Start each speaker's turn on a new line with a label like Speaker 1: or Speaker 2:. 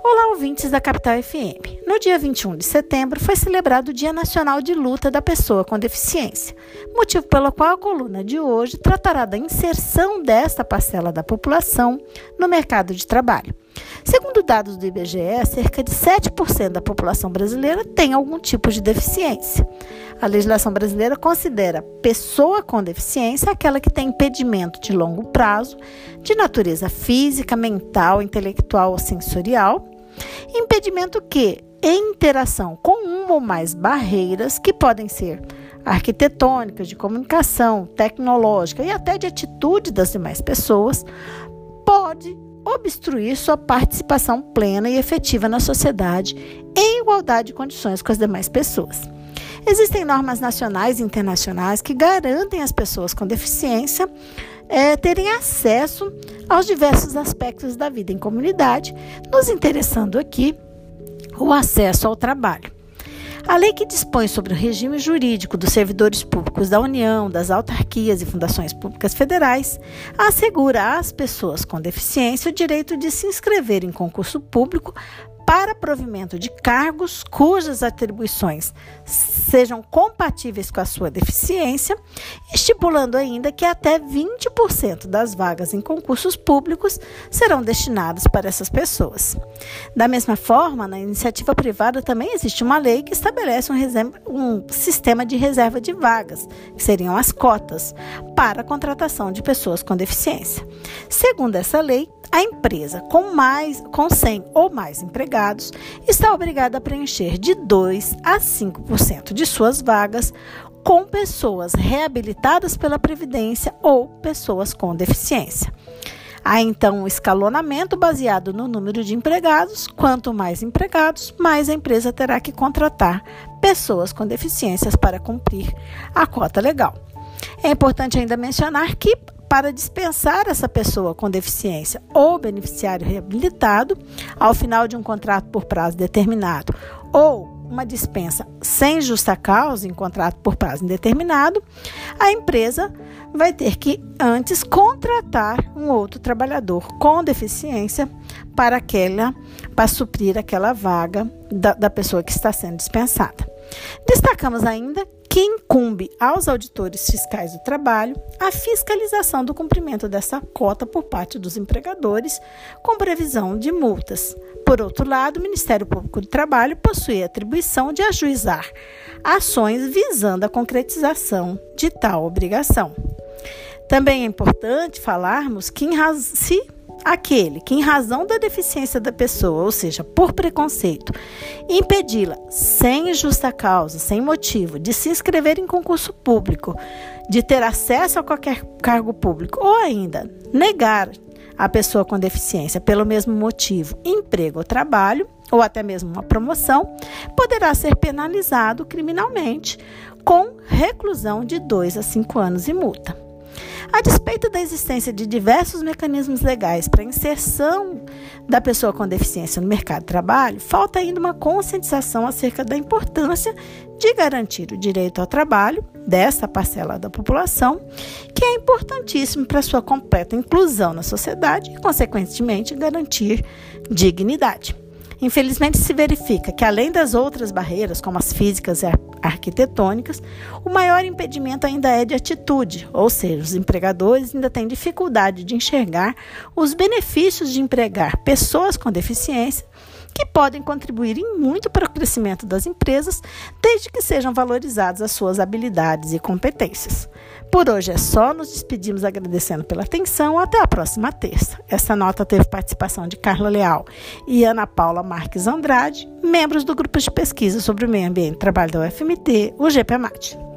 Speaker 1: Olá, ouvintes da Capital FM. No dia 21 de setembro foi celebrado o Dia Nacional de Luta da Pessoa com Deficiência, motivo pelo qual a coluna de hoje tratará da inserção desta parcela da população no mercado de trabalho. Segundo dados do IBGE, cerca de 7% da população brasileira tem algum tipo de deficiência. A legislação brasileira considera pessoa com deficiência aquela que tem impedimento de longo prazo, de natureza física, mental, intelectual ou sensorial, impedimento que, em interação com uma ou mais barreiras, que podem ser arquitetônicas, de comunicação, tecnológica e até de atitude das demais pessoas, pode obstruir sua participação plena e efetiva na sociedade em igualdade de condições com as demais pessoas. Existem normas nacionais e internacionais que garantem às pessoas com deficiência terem acesso aos diversos aspectos da vida em comunidade, nos interessando aqui o acesso ao trabalho. A lei que dispõe sobre o regime jurídico dos servidores públicos da União, das autarquias e fundações públicas federais, assegura às pessoas com deficiência o direito de se inscrever em concurso público para provimento de cargos cujas atribuições sejam compatíveis com a sua deficiência, estipulando ainda que até 20% das vagas em concursos públicos serão destinadas para essas pessoas. Da mesma forma, na iniciativa privada também existe uma lei que estabelece um sistema de reserva de vagas, que seriam as cotas, para a contratação de pessoas com deficiência. Segundo essa lei, a empresa com 100 ou mais empregados está obrigada a preencher de 2% a 5% de suas vagas com pessoas reabilitadas pela Previdência ou pessoas com deficiência. Há então um escalonamento baseado no número de empregados. Quanto mais empregados, mais a empresa terá que contratar pessoas com deficiências para cumprir a cota legal. É importante ainda mencionar que, para dispensar essa pessoa com deficiência ou beneficiário reabilitado, ao final de um contrato por prazo determinado ou uma dispensa sem justa causa em contrato por prazo indeterminado, a empresa vai ter que antes contratar um outro trabalhador com deficiência para suprir aquela vaga da pessoa que está sendo dispensada. Destacamos ainda que incumbe aos auditores fiscais do trabalho a fiscalização do cumprimento dessa cota por parte dos empregadores, com previsão de multas. Por outro lado, o Ministério Público do Trabalho possui a atribuição de ajuizar ações visando a concretização de tal obrigação. Também é importante falarmos que aquele que, em razão da deficiência da pessoa, ou seja, por preconceito, impedi-la sem justa causa, sem motivo, de se inscrever em concurso público, de ter acesso a qualquer cargo público, ou ainda negar à pessoa com deficiência, pelo mesmo motivo, emprego ou trabalho, ou até mesmo uma promoção, poderá ser penalizado criminalmente com reclusão de 2 a 5 anos e multa. A despeito da existência de diversos mecanismos legais para a inserção da pessoa com deficiência no mercado de trabalho, falta ainda uma conscientização acerca da importância de garantir o direito ao trabalho dessa parcela da população, que é importantíssimo para a sua completa inclusão na sociedade e, consequentemente, garantir dignidade. Infelizmente, se verifica que, além das outras barreiras, como as físicas e arquitetônicas, o maior impedimento ainda é de atitude, ou seja, os empregadores ainda têm dificuldade de enxergar os benefícios de empregar pessoas com deficiência, que podem contribuir em muito para o crescimento das empresas, desde que sejam valorizadas as suas habilidades e competências. Por hoje é só, nos despedimos agradecendo pela atenção. Até a próxima terça. Essa nota teve participação de Carla Leal e Ana Paula Marques Andrade, membros do grupo de pesquisa sobre o meio ambiente e trabalho da UFMT, o GPMAT.